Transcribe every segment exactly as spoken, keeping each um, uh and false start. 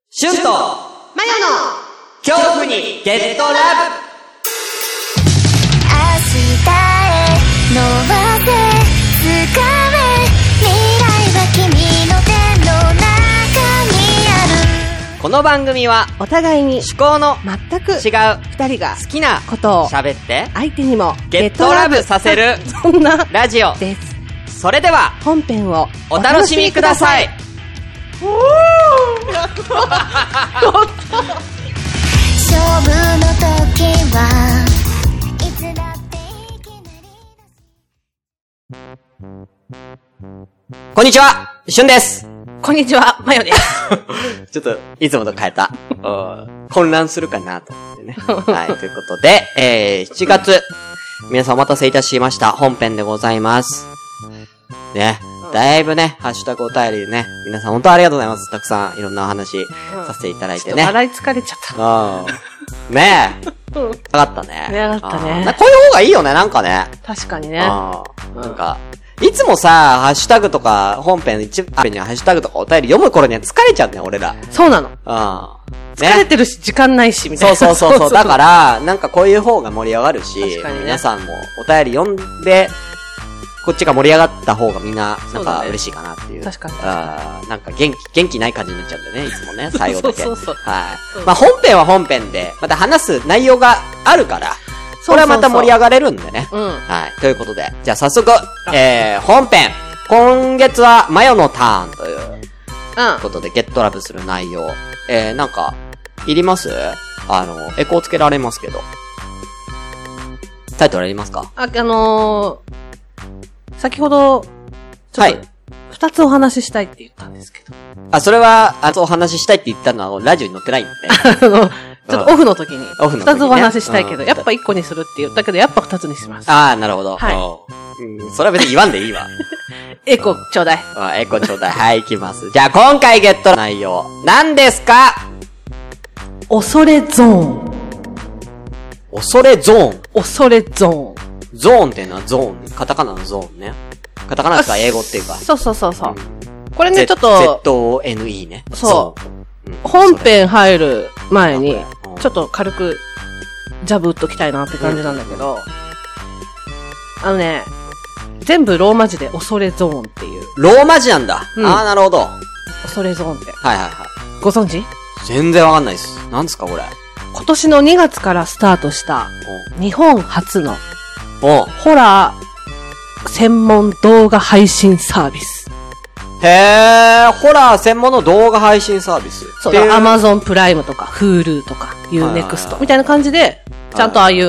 シュンとマヨの恐怖にゲットラブ。 明日へ伸ばせ掴め未来は君の手の中にある。 この番組はお互いに思考の全く違う二人が好きなことを喋って相手にもゲットラブさせるそんなラジオです。 それでは本編をお楽しみください。 勝負の時はいつだっていきなりこんにちは、シュンです。 こんにちは、マヨです。 ちょっといつもと変えた。混乱するかなと思ってね。はい、ということで、えー、しちがつ皆さんお待たせいたしました。本編でございます。ね。だいぶね、ハッシュタグお便りね、皆さん本当ありがとうございます。たくさんいろんなお話させていただいてね。 うん、笑い疲れちゃった。 うん。ねえ。うん。上がったね。 上がったね。 こういう方がいいよね、なんかね。 確かにね。 うん。なんか、いつもさ、ハッシュタグとか、本編一あるにはハッシュタグとかお便り読む頃には疲れちゃうね、俺ら。 そうなの。 うん。 疲れてるし、時間ないし、みたいな。 そうそうそうそう。だから、なんかこういう方が盛り上がるし、 確かにね、 皆さんもお便り読んで、こっちが盛り上がった方がみんな、なんか嬉しいかなっていう。 確かに。 あなんか元気、元気ない感じになっちゃうんでね、いつもね、最後だけ。 そうそうそう。 はい。まあ本編は本編で、また話す内容があるから、これはまた盛り上がれるんでね。 うん。 はい。ということで、じゃあ早速、えー、本編。今月はマヨのターンということで、ゲットラブする内容。えー、なんか、いります？あの、エコーつけられますけど。タイトルありますか？ あ、あのー、先ほど、ちょっと、二つお話ししたいって言ったんですけど。 あ、それは、あとお話ししたいって言ったのは、ラジオに載ってないんで。 あの、ちょっとオフの時に、 オフの時に、ね。 二つお話ししたいけど、うん、やっぱ一個にするって言ったけど、やっぱ二つにします。 ああ、なるほど。 はい。 うん、それは別に言わんでいいわ。 エコちょうだい。 あ、エコちょうだい。はい、行きます。じゃあ今回ゲットの内容、何ですか？ 恐れゾーン。 恐れゾーン。 恐れゾーン。 ゾーンっていうのはゾーン。カタカナのゾーンね。カタカナですか？英語っていうか。 そうそうそうそう。うん、これね、ちょっと。 ゼットオーエヌイー ね。 そう。うん、本編入る前に、ちょっと軽く、ジャブ打っときたいなって感じなんだけど、うん、あのね、全部ローマ字で恐れゾーンっていう。 ローマ字なんだ。うん、ああ、なるほど。 恐れゾーンって。 はいはいはい。 ご存知？ 全然わかんないです。なんですかこれ。 今年のにがつからスタートした、日本初の、ホラー専門動画配信サービス。 へー、ホラー専門の動画配信サービス。 そうだ、Amazon プライムとか、Hulu とか、ユーネクストみたいな感じで、ちゃんとああいう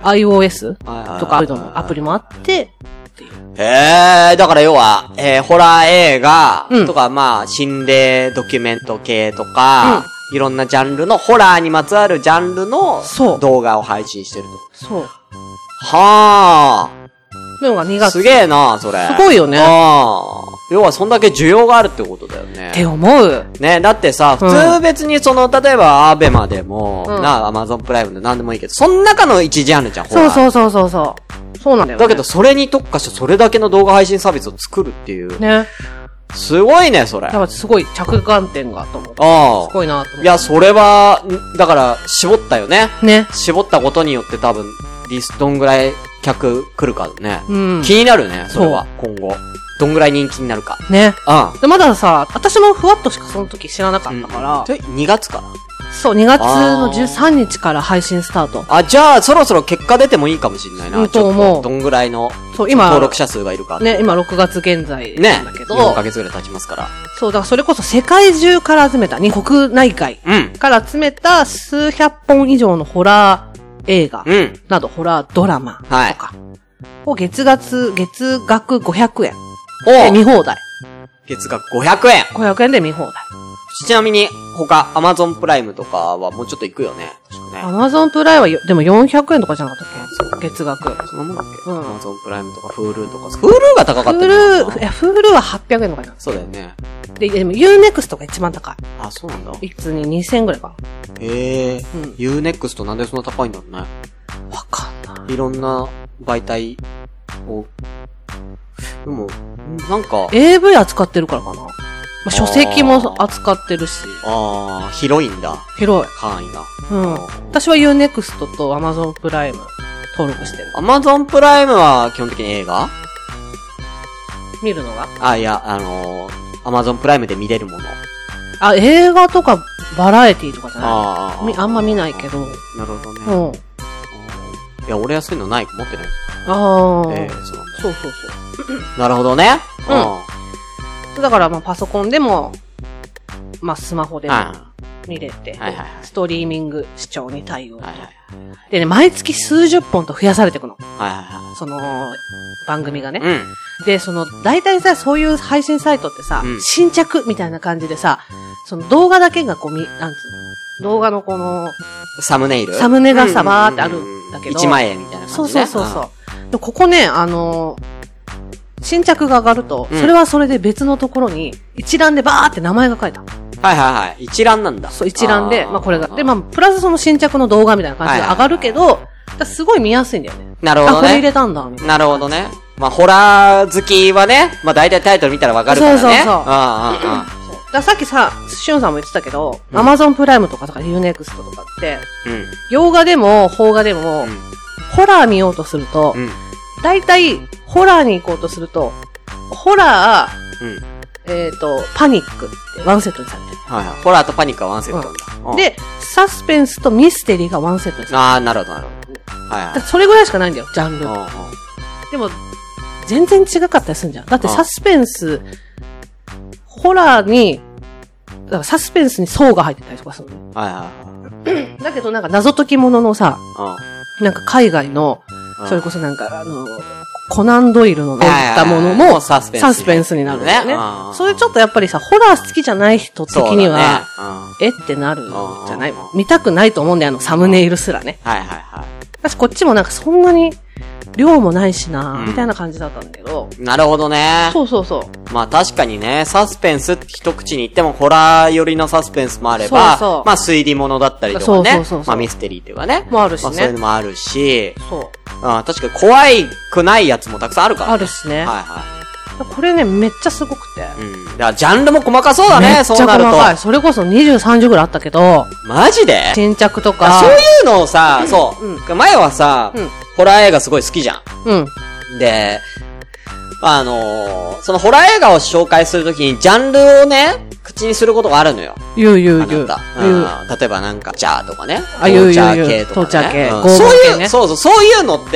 iOS とかああいうのもアプリもあって、 へー、だから要は、えー、ホラー映画とか、うん、まあ、心霊ドキュメント系とか、うん、いろんなジャンルの、ホラーにまつわるジャンルの動画を配信してると。 そう。 はー。 のがにがつ。 すげえな、それ。 すごいよね。 あー。要はそんだけ需要があるってことだよね。 って思う。 ね、だってさ、普通別にその、うん、例えばアベマでも、うん、な、アマゾンプライムで何でもいいけど、その中の一ジャンルじゃん、ホラー。 そうそうそうそう。そうなんだよ、ね。 だけどそれに特化してそれだけの動画配信サービスを作るっていう。 ね。 すごいね、それ。 だからすごい着眼点がと思って。 ああ。 すごいなと思って。 いや、それは、だから、絞ったよね。 ね。 絞ったことによって多分、リスどんぐらい客来るかね。 うん。 気になるね、それは。今後。どんぐらい人気になるか。 ね。 うん。 で、まださ、私もふわっとしかその時知らなかったから。 で、にがつからそう、にがつのじゅうさんにちから配信スタート。 あ、じゃあ、そろそろ結果出てもいいかもしれないな。 うん、と思う。 どんぐらいの、 そう、今、 登録者数がいるか。 ね、今ろくがつ現在なんだけど。 ね。よんかげつぐらい経ちますから。 そう、だからそれこそ世界中から集めた、に国内外から集めた数百本以上のホラー映画など、ホラードラマとか、はい、を月額、月額ごひゃくえんで見放題。 月額ごひゃくえん ? ごひゃくえんで見放題。 ちなみに、他、Amazon プライムとかはもうちょっと行くよね。確かね。 Amazon プライムは、でもよんひゃくえんとかじゃなかったっけ？月額。 そんなもんだっけ？うん。Amazon プライムとか Hulu とか。Hulu が高かったね。 Hulu、いや、Hulu ははっぴゃくえんとかじゃん。 そうだよね。 で、でも ユーネクスト が一番高い。 あ、そうなんだ。 いつににせんえんぐらいかな。 へー。うん。ユーネクスト なんでそんな高いんだろうね。 わかんない。 いろんな媒体を、でも、なんか。 エーブイ 扱ってるからかな。 まあ、書籍も扱ってるし。 ああ、広いんだ。 広い。 範囲が。 うん。私は ユーネクスト と Amazon プライム登録してる。 Amazon プライムは基本的に映画見るのがあ、いや、あのー、Amazon プライムで見れるもの。 あ、映画とかバラエティとかじゃないああ。 あんま見ないけど。 なるほどね。 うん。 いや、俺はそういうのない、持ってない。 ああ。 ええー、そうなんだ。 そうそうそう。 なるほどね。 うん。だから、まあ、パソコンでも、まあ、スマホでも見れて、 はいはいはい、 ストリーミング視聴に対応。はいはいはい、 でね、毎月数十本と増やされていくの。 はいはいはい、 その、番組がね。 うん。 で、その、大体さ、そういう配信サイトってさ、うん、新着みたいな感じでさ、その動画だけがこう、み、なんつうの、動画のこの、 サムネイルサムネがさ、バーってあるんだけど。 いちまんえんみたいな感じで。 そうそうそうそう。でここね、あのー、新着が上がると、うん、それはそれで別のところに、一覧でバーって名前が書いた。 はいはいはい。一覧なんだ。 そう、一覧で、まあこれが。で、まあ、プラスその新着の動画みたいな感じで上がるけど、はいはいはい、すごい見やすいんだよね。 なるほどね。 あ、これ入れたんだ、みたいな。 なるほどね。まあ、ホラー好きはね、まあ大体タイトル見たらわかるからね。 そうそうそう。ああ、ああ。 ださっきさ、しゅんさんも言ってたけど、うん、Amazon プライムとかとか ユーネクスト とかって、うん、洋画でも邦画でも、うん、ホラー見ようとすると、うん、大体、ホラーに行こうとすると、ホラー、うん、えっ、ー、と、パニックってワンセットにされてる。 はいはい。ホラーとパニックはワンセットなんだ。 うん、で、サスペンスとミステリーがワンセットにされてる。 ああ、なるほどなるほど。はいはい。 それぐらいしかないんだよ、ジャンル。でも、全然違かったりするんじゃん。だってサスペンス、ホラーに、だからサスペンスに層が入ってたりとかするの。はいはいはい。だけどなんか謎解き物のさ、なんか海外の、それこそなんかあの、コナンドイルの載ったものもサスペンスになるんだよね。それちょっとやっぱりさ、ホラー好きじゃない人的には、えってなるじゃない見たくないと思うんだよ、あのサムネイルすらね。はいはいはい。私こっちもなんかそんなに、量もないしな、うん、みたいな感じだったんだけど。 なるほどね。 そうそうそう。 まあ確かにね、サスペンスって一口に言ってもホラー寄りのサスペンスもあれば、そうそうまあ推理物だったりとかね。そうそうそうそうまあミステリーっていうかね。 もあるしね。 まあそういうのもあるし。 そう。 あ確かに怖いくないやつもたくさんあるから、ね。 あるしね。はいはい。これね、めっちゃすごくて。 うん。だからジャンルも細かそうだね、そうなると。細かい。 それこそにじゅう、さんじゅうぐらいあったけど。 マジで新着とか。 そういうのをさ、そう。うん、前はさ、うん、ホラー映画すごい好きじゃん。うん。で、あのー、そのホラー映画を紹介するときにジャンルをね、口にすることがあるのよ。 言う言う言う。 言う。例えばなんか、ジャーとかね。 あ、言う言う言う。トーチャー系とかね。 そういう、そうそう、そういうのって、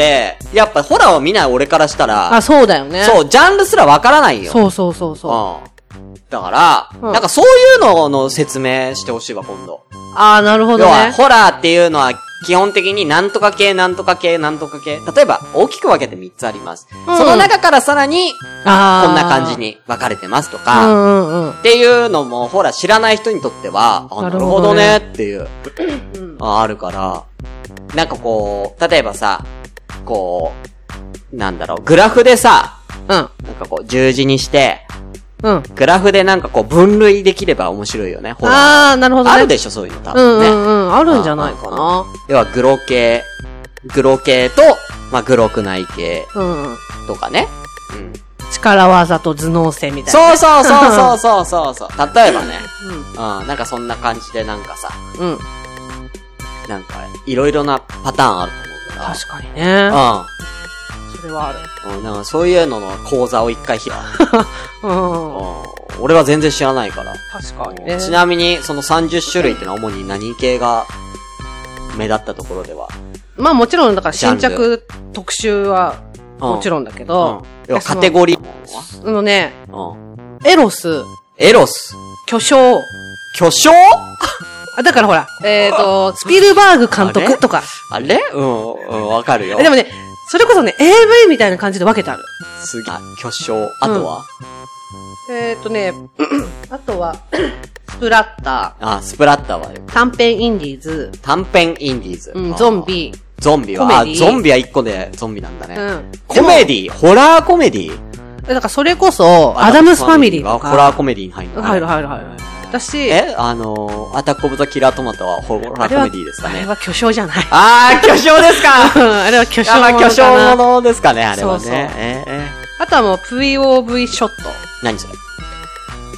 やっぱホラーを見ない俺からしたら。 あ、そうだよね。 そう、ジャンルすらわからないよ。 そうそうそうそう。 うん。だから、うん、なんかそういうのの説明してほしいわ、今度。 ああ、なるほどね。 要は、ホラーっていうのは、基本的になんとか系、なんとか系、なんとか系。例えば、大きく分けてみっつあります。うん、その中からさらに、こんな感じに分かれてますとか、うんうんうん、っていうのも、ほら、知らない人にとっては、あ、なるほどねっていう、あ, あるから、なんかこう、例えばさ、こう、なんだろう、グラフでさ、うん、なんかこう、十字にして、うん。グラフでなんかこう分類できれば面白いよね。ほら。 ああ、なるほどね。 あるでしょ、そういうの多分ね。 うんうんうん。あるんじゃないかな。 要はグロ系、グロ系と、まあ、グロくない系。うん。とかね。 うん。力技と頭脳性みたいな、ね。そうそうそうそうそうそう。例えばね。うん。うん。なんかそんな感じでなんかさ。うん。なんか、いろいろなパターンあると思うから。 確かにね。うん。それはある。 うん、なんかそういうのの講座を一回開く。うん、俺は全然知らないから。 確かにね。 ちなみに、そのさんじゅっしゅるいってのは主に何系が目立ったところでは。 まあもちろん、だから新着特集はもちろんだけど。 うんうん、カテゴリー。 あのね、うん、エロス。 エロス。 巨匠。 巨匠あ、だからほら、えっ、ー、と、スピルバーグ監督とか。 あれうん、うん、わかるよ。 でもね、それこそね、エーブイ みたいな感じで分けてある。 すげえ。巨匠。あとは、 うん、えっ、ー、とね、あとは、スプラッター。あ、スプラッターはよ。 短編インディーズ。 短編インディーズ。 うん、ゾンビ。 ゾンビは、あ、ゾンビは一個でゾンビなんだね。うん。コメディホラーコメディだからそれこそ、アダムスファミリーとか。 ホラーコメディに入るの入る入る入る。私、 えあのー、アタックオブザキラートマトはホラーコメディですかね。 あれは巨匠じゃない。 あー、巨匠ですかあれは巨匠ものかな。 巨匠ものですかね、あれはね。 そうそう。えー、えー、あとはもう、プイオーブイ ショット。 何それ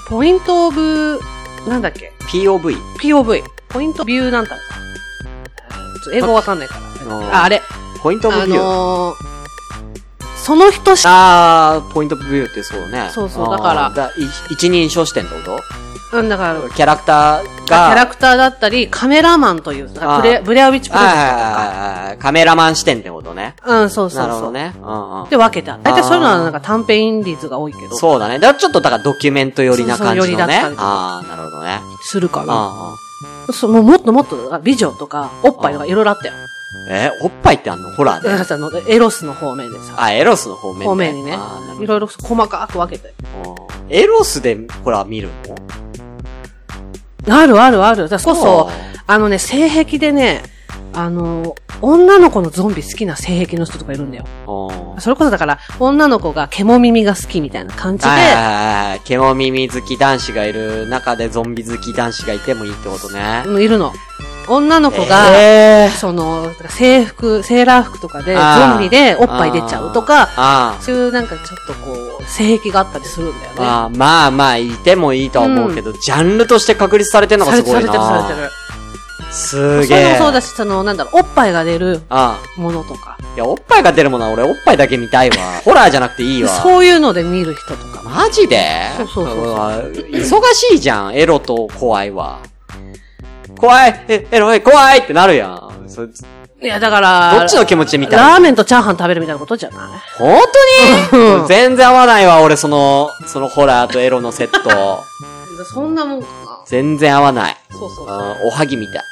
ポイントオブ、なんだっけピーオーブイ。 ピーオーブイ。ポイントビューなんだろうか。英語わかんないから。あ、あれ。 ポイントオブビュー。あのー、 その人しあー、ポイントオブビューってそうね。 そうそう、だから。 だ一人称視点ってこと？ うん、だから。 キャラクターが。 キャラクターだったり、カメラマンという、ブレ、ブレアウィッチプロジェクトとか。 カメラマン視点ってことね。 うん、そうそうそう。 なるほどね。うんうん。 で分けた。だいたいそういうのはなんか短編率が多いけど。 そうだね。だからちょっとだからドキュメント寄りな感じのね。そうそう寄りだったりとか。あー、なるほどね。 するかな。そう、もうもっともっと、美女とか、おっぱいとかいろいろあったよ。 えー、おっぱいってあんのホラーで。 あの、エロスの方面でさ。 あ、エロスの方面で。 方面にね。いろいろ細かく分けて。 エロスで、ホラー見るの？ あるあるある。だからこそ、あのね、性癖でね、あの、女の子のゾンビ好きな性癖の人とかいるんだよ。それこそだから、女の子が獣耳が好きみたいな感じで。 ああ、獣耳好き男子がいる中でゾンビ好き男子がいてもいいってことね。 うん、いるの。女の子が、えー、その、制服、セーラー服とかで、ゾンビでおっぱい出ちゃうとか、そういうなんかちょっとこう、性癖があったりするんだよね。 あまあまあ、いてもいいとは思うけど、うん、ジャンルとして確立されてるのがすごいな。されてるされてる。すげえ。それもそうだし、その、なんだろう、おっぱいが出るものとか。 いや、おっぱいが出るものは俺おっぱいだけ見たいわ。ホラーじゃなくていいわ。 そういうので見る人とか。 マジで？ そうそうそうそう。 忙しいじゃん、エロと怖いは。怖い、え、エロい、怖いってなるやん。そいや、だから、 どっちの気持ちで見たい？ ラーメンとチャーハン食べるみたいなことじゃない？ 本当に全然合わないわ、俺その、そのホラーとエロのセット。 そんなもんかな。 全然合わない。 そうそうそう。 おはぎみたい。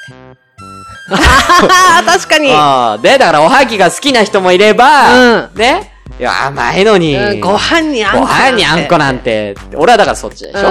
確かに。 で、だからおはぎが好きな人もいれば、うん、ね。いや、甘いのに、 うん。ご飯にあんこなんて。 ご飯にあんこなんて。俺はだからそっちでしょ？うん。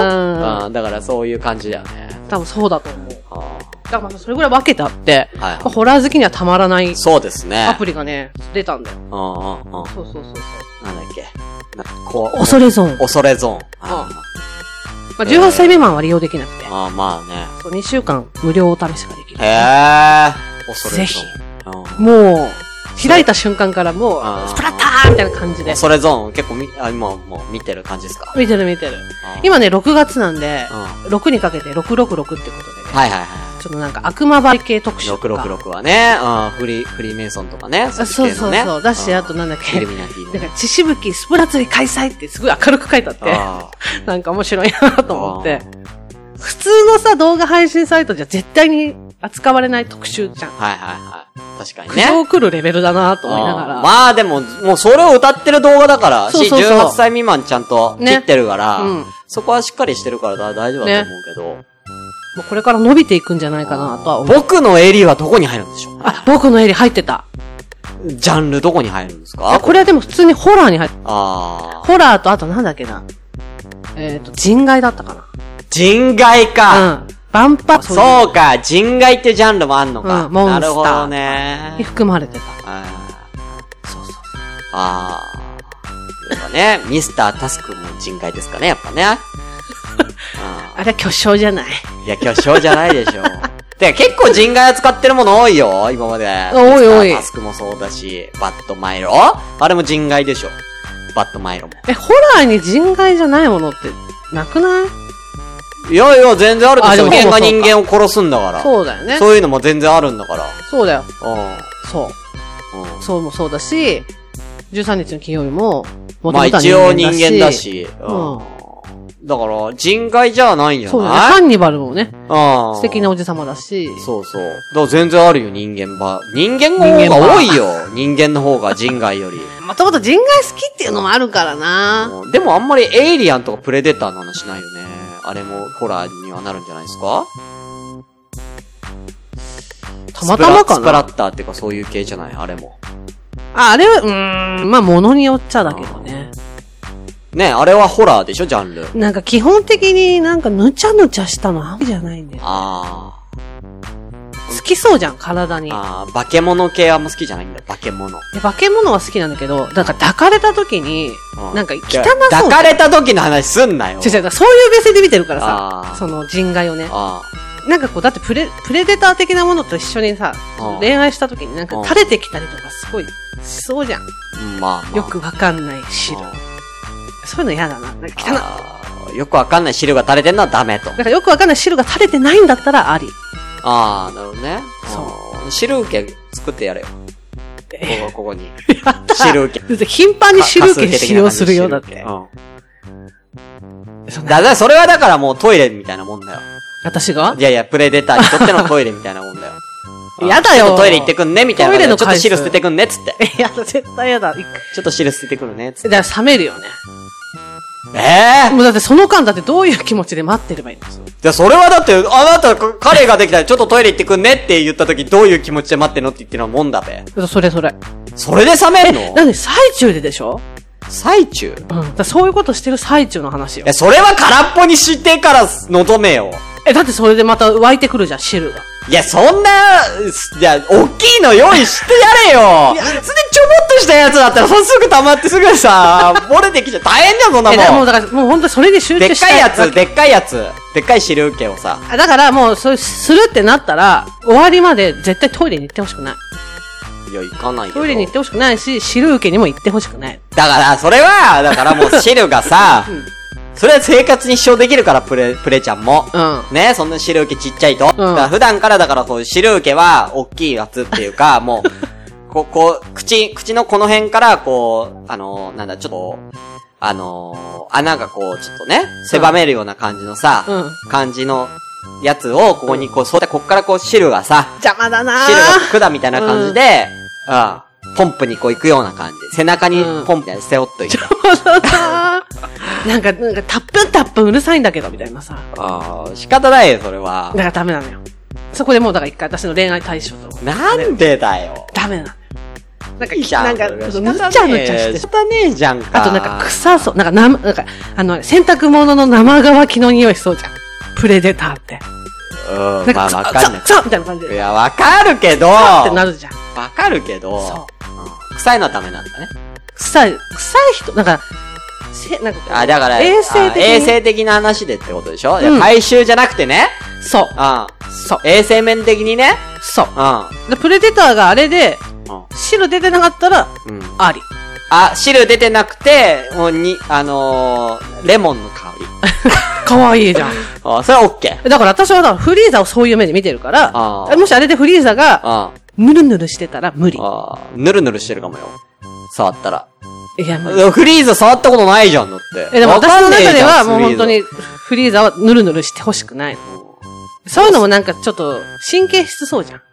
うん、だからそういう感じだよね。 多分そうだと思う。だからそれぐらい分けてあって、はいはい、ホラー好きにはたまらない。 そうですね。 アプリがね、出たんだよ。 うんうんうん。 そうそうそうそう。 なんだっけ。なこう。 恐れゾーン。 恐れゾーン。 あまあ、じゅうはっさい未満は利用できなくて。 ああ、まあね。 そう、にしゅうかん無料お試しができる。 へー。恐れゾーン。ぜひ。 もう、開いた瞬間からもう、スプラッターみたいな感じで。 恐れゾーン結構み、あ、今もう見てる感じですか？ 見てる見てる。今ね、ろくがつなんで、ろくにかけてろくろくろくってことでね。 はいはいはい。 ちょっとなんか悪魔媒系特集とか。 ろくろくろくはね、うん、フリー、フリーメイソンとかね。 そうそうそう。だし、あとなんだっけ。なんか、血しぶきスプラ釣り開催ってすごい明るく書いてあって、なんか面白いなと思って。普通のさ、動画配信サイトじゃ絶対に扱われない特集じゃん。 はいはいはい。確かにね。 苦情来るレベルだなと思いながら。 まあでも、もうそれを歌ってる動画だから、し、じゅうはっさい未満ちゃんと切ってるから、ねうん、そこはしっかりしてるから大丈夫だと思うけど。ね、もうこれから伸びていくんじゃないかなとは思う。 僕のエリはどこに入るんでしょう？ あ、僕のエリ入ってた。 ジャンルどこに入るんですか？ これはでも普通にホラーに入ってた。 あホラーとあとなんだっけな。えっと、人外だったかな。 人外か。 うん。バンパそうか、人外ってジャンルもあんのか。 うん、モンスター。 なるほどね。 に含まれてた。 あそうそうそう。 ああ。やっぱね、ミスタータスクも人外ですかね、やっぱね。 あれは巨匠じゃない。 いや、巨匠じゃないでしょ。てか結構人外扱ってるもの多いよ、今まで。 多い多い。 タスクもそうだし、バットマイロあれも人外でしょ。バットマイロも。 え、ホラーに人外じゃないものってなくない？ いやいや、全然あるでしょ。人間が人間を殺すんだから。 そうだよね。 そういうのも全然あるんだから。 そうだよ。 うん。 そう。うん。そうもそうだし、じゅうさんにちの金曜日も、 まあ一応人間だし。うん。だから、人外じゃないんじゃない？ そうだね。ハンニバルもね。 うん。 素敵なおじさまだし。 そうそう。だから全然あるよ、人間ば。人間の方が多いよ。人間の方が人外より。 もともと人外好きっていうのもあるからな。 うん、でもあんまりエイリアンとかプレデターの話ないよね。あれもホラーにはなるんじゃないですか？ たまたまかな？ スプラッターっていうかそういう系じゃない？あれも。 あ、あれは、うーん、まあ物によっちゃだけどね。 ね、あれはホラーでしょ、ジャンル。 なんか基本的になんかぬちゃぬちゃしたのあんじゃないんだよ、ね。 ああ。 好きそうじゃん、体に。 ああ、化け物系はあんま好きじゃないんだよ、化け物。 化け物は好きなんだけど、だから抱かれた時に、なんか汚そう。 抱かれた時の話すんなよ。 違う違う、そういう目線で見てるからさ、その人外をね。あなんかこう、だってプレ、プレデター的なものと一緒にさ、恋愛した時になんか垂れてきたりとかすごいしそうじゃん。 まあ、まあ。 よくわかんない汁。そういうの嫌だな。なんか汚よくわかんない汁が垂れてんのはダメと。 だからよくわかんない汁が垂れてないんだったらあり。 ああ、なるほどね。 そう。 汁受け作ってやれよ。ここ、ここに。汁受け。 頻繁に汁受け使用するよ、だって。うん。 だからそれはだからもうトイレみたいなもんだよ。 私がいやいや、プレデターにとってのトイレみたいなもんだよ。 やだよ。 トイレ行ってくんねみたいな。トイレのちょっと汁捨ててくんねっつって。 いや、絶対やだ。ちょっと汁捨ててくるねっつって。 だから冷めるよね。 ええー、 もうだってその間だってどういう気持ちで待ってればいいんですよ。 じゃそれはだって、あなた、彼ができたらちょっとトイレ行ってくんねって言った時どういう気持ちで待ってんのって言ってるのはもんだべ。 それそれ。 それで冷めるの？ なんで最中ででしょ？ 最中？ うん。だそういうことしてる最中の話よ。 え、それは空っぽにしてから望めよ。 え、だってそれでまた湧いてくるじゃん、汁が。 いや、そんな、じゃあ、大きいの用意してやれよ。いや、それでちょぼっとしたやつだったら、早速溜まってすぐさ、漏れてきちゃう。大変じゃん、そんなもん。 え、もうだから、もうほんとそれで集中したい。 でっかいやつ、でっかいやつ。でっかい汁受けをさ。 だからもう、それするってなったら、終わりまで絶対トイレに行ってほしくない。 いや、行かないけど。 トイレに行ってほしくないし、汁受けにも行ってほしくない。 だから、それは、だからもう汁がさ、うん、それは生活に支障できるから、プレ、プレちゃんも。うん。ね、そんな汁受けちっちゃいと。うん。だから普段からだからそういう汁受けは、大きいやつっていうか、もう、こう、こう、口、口のこの辺から、こう、あのー、なんだ、ちょっと、あのー、穴がこう、ちょっとね、狭めるような感じのさ、うん。感じのやつを、ここにこう、そうやってこっからこう、汁がさ、 邪魔だな汁が管みたいな感じで、うん、うん。ポンプにこう行くような感じ。背中にポンプで背負っといて。 邪魔だななんか、なんか、タップンタップンうるさいんだけど、みたいなさ。 ああ、仕方ないよ、それは。 だからダメなのよ。そこでもう、だから一回私の恋愛対象と。 なんでだよ。 ダメなのよ。なんか、 いいじゃん。 なんか、ぬっちゃぬっちゃして。 仕方ねえじゃんか。 あとなんか、臭そう。なんか、な、なんか、あの、洗濯物の生乾きの匂いしそうじゃん。プレデターって。 うん、まあわかんない。 臭っみたいな感じで。 いや、わかるけど。 臭ってなるじゃん。 わかるけど。そう。臭いのはダメなんだね。 臭い、臭い人、なんか、せ、なんかあ、だから、 衛生的衛生的な話でってことでしょ、うん、回収じゃなくてね。 そう。 うん。そう。衛生面的にね。 そう。 うん。 で、プレデターがあれで、うん、汁出てなかったら、うん。あり。 あ、汁出てなくて、もうに、あのー、レモンの香り。 かわいいじゃん。 あ、それはオッケー。 だから私はだからフリーザをそういう目で見てるから、あもしあれでフリーザが、ぬるぬるしてたら無理。 あぬるぬるしてるかもよ。触ったら。 いや、 フリーザ触ったことないじゃん、だって。 え、でも私の中ではもう本当にフリーザはぬるぬるしてほしくないの。そういうのもなんかちょっと神経質そうじゃん。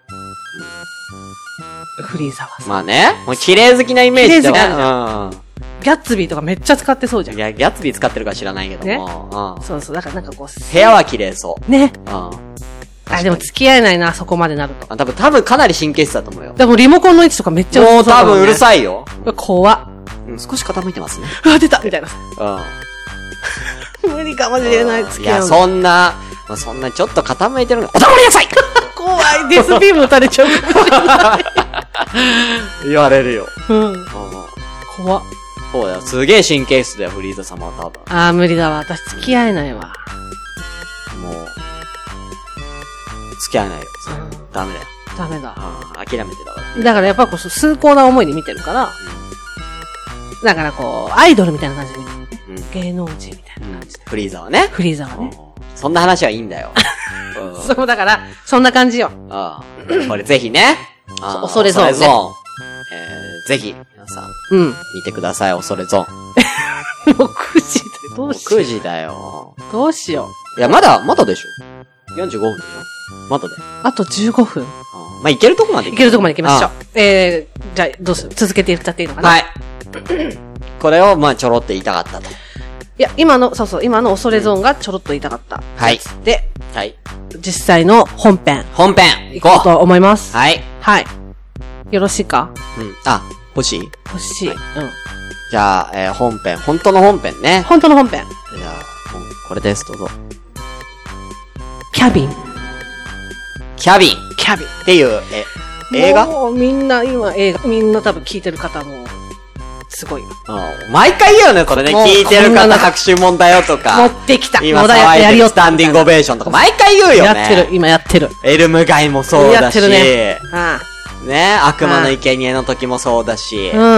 フリーザはさ。 まあね。もう綺麗好きなイメージだね。うん。 ギャッツビーとかめっちゃ使ってそうじゃん。 いや、ギャッツビー使ってるか知らないけども。ね。 うん。そうそう。だからなんかこう。 部屋は綺麗そう。 ね。うん。あ、でも付き合えないな、そこまでなると。 あ、多分、多分かなり神経質だと思うよ。 でもリモコンの位置とかめっちゃうるさい、ね。 もう多分うるさいよ。 怖っ。 うん、少し傾いてますね。 うわ、出たみたいな。 うん。 無理かもしれない、付き合う。いや、そんな、まあ、そんなちょっと傾いてるの。お黙りなさい怖い、デスビーム打たれちゃうかもしれない。 言われるよ。 うん。怖っ。 そうだよ。すげえ神経質だよ、フリーザ様は多分。 あー、無理だわ。私付き合えないわ。 もう、付き合えないよ。うん、ダメだよ。 ダメだ。 あ諦めてだから。 だからやっぱこう、崇高な思いで見てるから、うん、だからこう、アイドルみたいな感じで見てるね。うん、芸能人みたいな感じで。 フリーザはね。 フリーザはね。 そんな話はいいんだよ。 そう、だから、そんな感じよ。 ああ。これぜひね。 恐れゾーン、ね。 恐れゾーン。えー、ぜひ、皆さん。うん。見てください、恐れゾーン。もうくじだよ。どうしよう。 くじだよ。 どうしよう。いや、まだ、まだでしょ。よんじゅうごふんでしょ。まだで。 あとじゅうごふん。 まあ、いけるとこまでいけるとこまで行きましょう。えー、じゃあ、どうする続けていっちゃっていいのかなはい。これを、まあ、ちょろっと言いたかったと。 いや、今の、そうそう、今の恐れゾーンがちょろっと言いたかった。 はい。 で、 はい。 実際の本編。 本編行こうと思います。 はい。 はい。よろしいか？ うん。あ、欲しい？ 欲しい。はい、うん。 じゃあ、えー、本編、本当の本編ね。 本当の本編。 じゃあ、これです、どうぞ。 キャビン。 キャビン。 キャビン。 っていう、え、映画？ もうみんな今映画、みんな多分聞いてる方も、すごい。 うん。毎回言うよね、これね。聞いてる方拍手問題よとか。 持ってきた。 今騒いでるスタンディングオベーションとか。毎回言うよね。 やってる、今やってる。 エルム街もそうだし。 やってるね。ああね、悪魔の生贄の時もそうだし。 うん。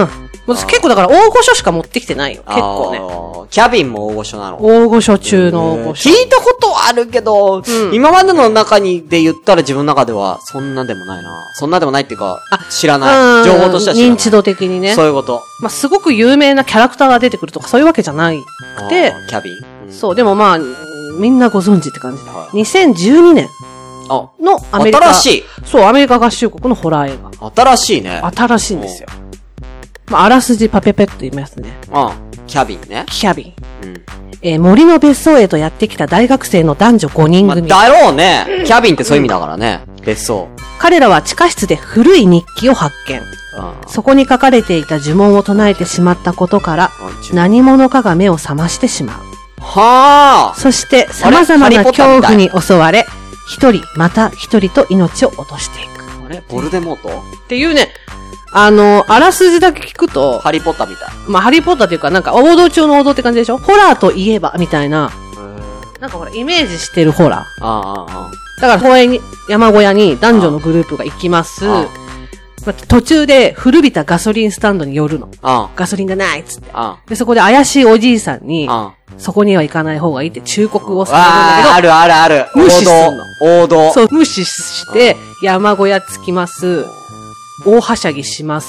もう結構だから大御所しか持ってきてないよ。結構ね。 キャビンも大御所なの？ 大御所中の大御所。 聞いたことはあるけど、うん、今までの中にで言ったら自分の中ではそんなでもないな。そんなでもないっていうか、あ知らない。情報としては知らない。 認知度的にね。 そういうこと。 まあ、すごく有名なキャラクターが出てくるとかそういうわけじゃないくて。 キャビン、 うん、そう、でもまあ、みんなご存知って感じで。はい、にせんじゅうにねんのアメリカ。 新しい。 そう、アメリカ合衆国のホラー映画。 新しいね。 新しいんですよ。まあ、あらすじパペペッと言いますね。 うん。キャビンね。 キャビン。うん。えー、森の別荘へとやってきた大学生の男女ごにん組。 まあ、だろうね。キャビンってそういう意味だからね。うん、別荘。 彼らは地下室で古い日記を発見。そこに書かれていた呪文を唱えてしまったことから、何者かが目を覚ましてしまう。 はあ。 そして、様々な恐怖に襲われ、一人、また一人と命を落としていく。 あれボルデモートっていうね、あの、あらすじだけ聞くと、 ハリーポッターみたい。 まあ、ハリーポッターっていうか、なんか、王道中の王道って感じでしょ？ホラーといえば、みたいな、なんかほら、イメージしてるホラー。ああ、ああ。だから、公園に、山小屋に男女のグループが行きます。ああまあ、途中で古びたガソリンスタンドに寄るの。ああガソリンがないっつって。ああで、そこで怪しいおじいさんに、ああそこには行かない方がいいって忠告をされるんだけど。 あるあるある。 無視すんの。 王道。 そう、無視して、山小屋着きます。大はしゃぎします。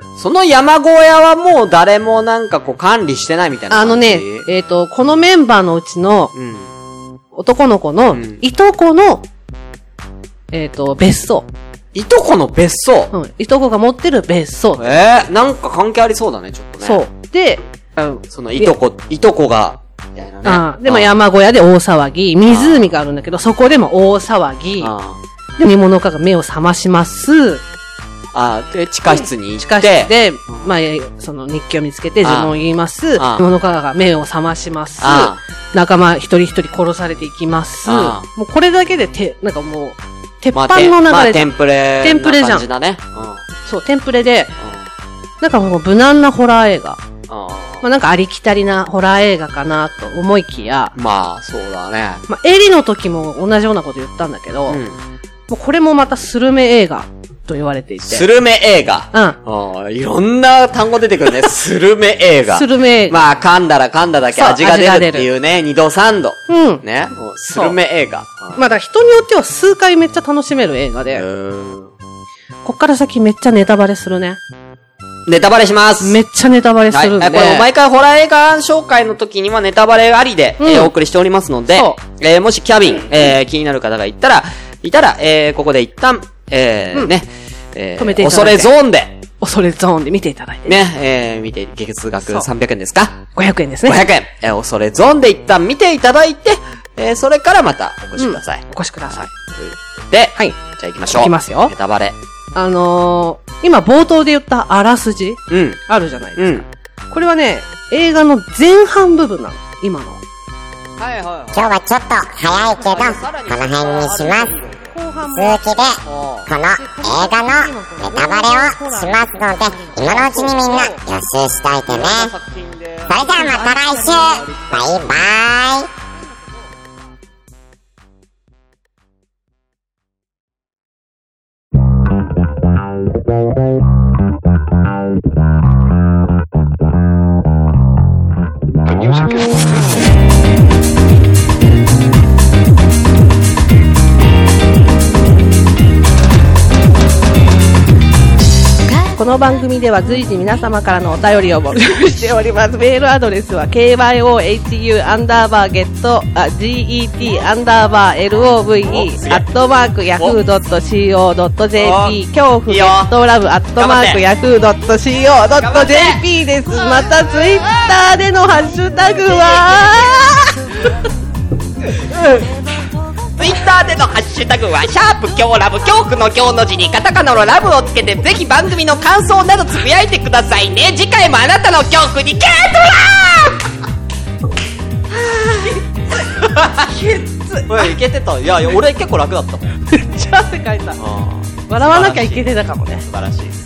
その山小屋はもう誰もなんかこう管理してないみたいな感じ。 あのね、えっと、このメンバーのうちの、うん、男の子の、うん、いとこの、えっと、別荘。 いとこの別荘うん。いとこが持ってる別荘。 えー、なんか関係ありそうだね、ちょっとね。 そう。で、 そのいとこ、いとこが、みたいなね。 ああで、まあ山小屋で大騒ぎ、湖があるんだけど、そこでも大騒ぎ。あで、何者かが目を覚まします。 ああで、地下室に行って。 地下室で、まあ、その日記を見つけて呪文を言います。何者かが目を覚まします。仲間一人一人殺されていきます。もうこれだけでて、なんかもう、鉄板の流れ、 まあ、テンプレ。 テンプレじゃん。 だね。 うん、そう、テンプレで、うん、なんかもう無難なホラー映画。まあなんかありきたりなホラー映画かなと思いきや。 まあ、そうだね。 まあ、エリの時も同じようなこと言ったんだけど、うん、もうこれもまたスルメ映画と言われていて。 スルメ映画うん。いろんな単語出てくるね。スルメ映画。 スルメ映画。 まあ、噛んだら噛んだだけ味が出るっていうね、二度三度。うん。ね。もうスルメ映画。 まあだ人によっては数回めっちゃ楽しめる映画で。こっから先めっちゃネタバレするね。 ネタバレします。 めっちゃネタバレするんで。 はい、これ毎回ホラー映画紹介の時にはネタバレありで、うんえー、お送りしておりますので、えー、もしキャビン、えー、気になる方がいたら、いたら、えー、ここで一旦、えー、うん、ね、えー、止めていただいて。恐れゾーンで。 恐れゾーンで見ていただいて。 ね、えー、見て、月額さんびゃくえんですか ? ごひゃくえんですね。 ごひゃくえん。えー、恐れゾーンで一旦見ていただいて、えー、それからまたお越しください。 うん、お越しください。 で、はい。じゃあ行きましょう。 行きますよ。 ネタバレ。 あのー、今冒頭で言ったあらすじうん。あるじゃないですか。うん。これはね、映画の前半部分なの。今の。 はいはいはい。 今日はちょっと早いけど、この辺にします。続きで、この映画のネタバレをしますので、今のうちにみんな予習しといてね。それじゃあまた来週バイバーイこの番組では随時皆様からのお便りを募集しております。メールアドレスは ケーワイオーエイチユー アンダーバーゲット ジーイーティー アンダーバー エルオーブイイー アットマークヤフー ドット シーオー ドット ジェーピー 恐怖ゲットラブアットマークヤフー ドット シーオー ドット ジェーピー です。またツイッターでのハッシュタグはツイッターでのハッシュタグはシャープ今日ラブ恐怖の今日の字にカタカナのラブをつけてぜひ番組の感想などつぶやいてくださいね。次回もあなたの恐怖にゲットラーきつい。おいいけてた。いや俺結構楽だったもん。 めっちゃ汗かいた。笑わなきゃいけてたかもね。 素晴らしい。